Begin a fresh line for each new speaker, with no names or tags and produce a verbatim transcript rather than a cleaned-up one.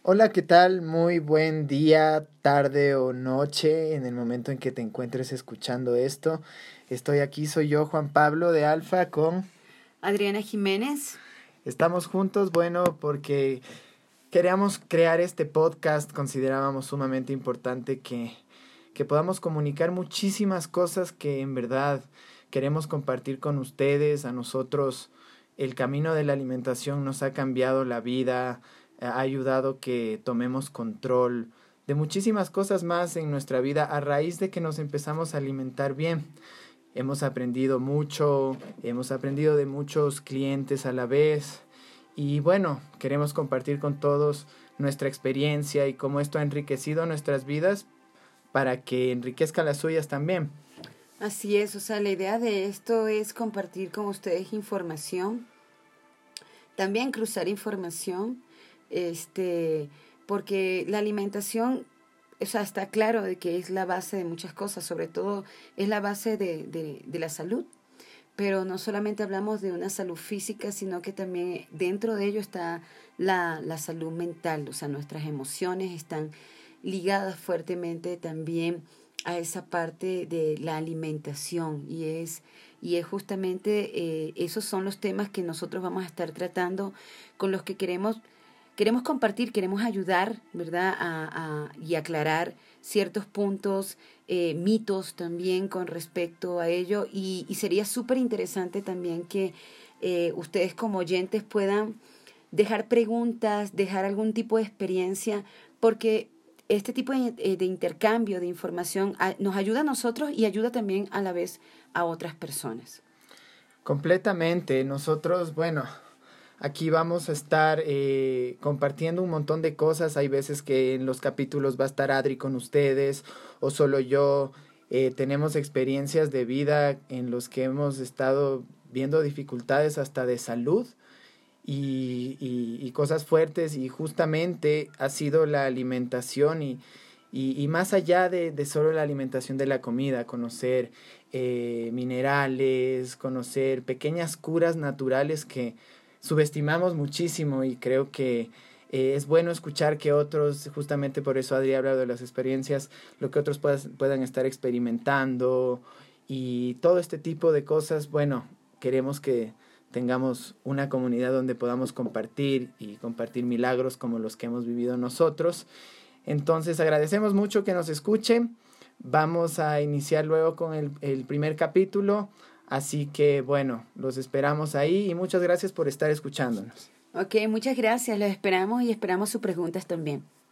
Hola, ¿qué tal? Muy buen día, tarde o noche en el momento en que te encuentres escuchando esto. Estoy aquí, soy yo, Juan Pablo de Alfa, con...
Adriana Jiménez.
Estamos juntos, bueno, porque queríamos crear este podcast, considerábamos sumamente importante que, que podamos comunicar muchísimas cosas que en verdad queremos compartir con ustedes. A nosotros el camino de la alimentación nos ha cambiado la vida, ha ayudado que tomemos control de muchísimas cosas más en nuestra vida a raíz de que nos empezamos a alimentar bien. Hemos aprendido mucho, hemos aprendido de muchos clientes a la vez y bueno, queremos compartir con todos nuestra experiencia y cómo esto ha enriquecido nuestras vidas para que enriquezca las suyas también.
Así es, o sea, la idea de esto es compartir con ustedes información, también cruzar información, este, porque la alimentación, o sea, está claro de que es la base de muchas cosas, sobre todo es la base de, de, de la salud. Pero no solamente hablamos de una salud física, sino que también dentro de ello está la, la salud mental, o sea, nuestras emociones están ligadas fuertemente también a esa parte de la alimentación y es, y es justamente eh, esos son los temas que nosotros vamos a estar tratando, con los que queremos queremos compartir, queremos ayudar, ¿verdad? A, a, y aclarar ciertos puntos, eh, mitos también con respecto a ello. Y, y sería súper interesante también que eh, ustedes como oyentes puedan dejar preguntas, dejar algún tipo de experiencia, porque este tipo de, de intercambio de información a, nos ayuda a nosotros y ayuda también a la vez a otras personas.
Completamente. Nosotros, bueno, aquí vamos a estar eh, compartiendo un montón de cosas. Hay veces que en los capítulos va a estar Adri con ustedes o solo yo. Eh, tenemos experiencias de vida en los que hemos estado viendo dificultades hasta de salud y, y, y cosas fuertes, y justamente ha sido la alimentación y, y, y más allá de, de solo la alimentación de la comida, conocer eh, minerales, conocer pequeñas curas naturales que subestimamos muchísimo, y creo que eh, es bueno escuchar que otros, justamente por eso Adri ha hablado de las experiencias, lo que otros puedas, puedan estar experimentando y todo este tipo de cosas. Bueno, queremos que tengamos una comunidad donde podamos compartir y compartir milagros como los que hemos vivido nosotros. Entonces agradecemos mucho que nos escuchen. Vamos a iniciar luego con el, el primer capítulo. Así que bueno, los esperamos ahí y muchas gracias por estar escuchándonos.
Ok, muchas gracias, los esperamos y esperamos sus preguntas también.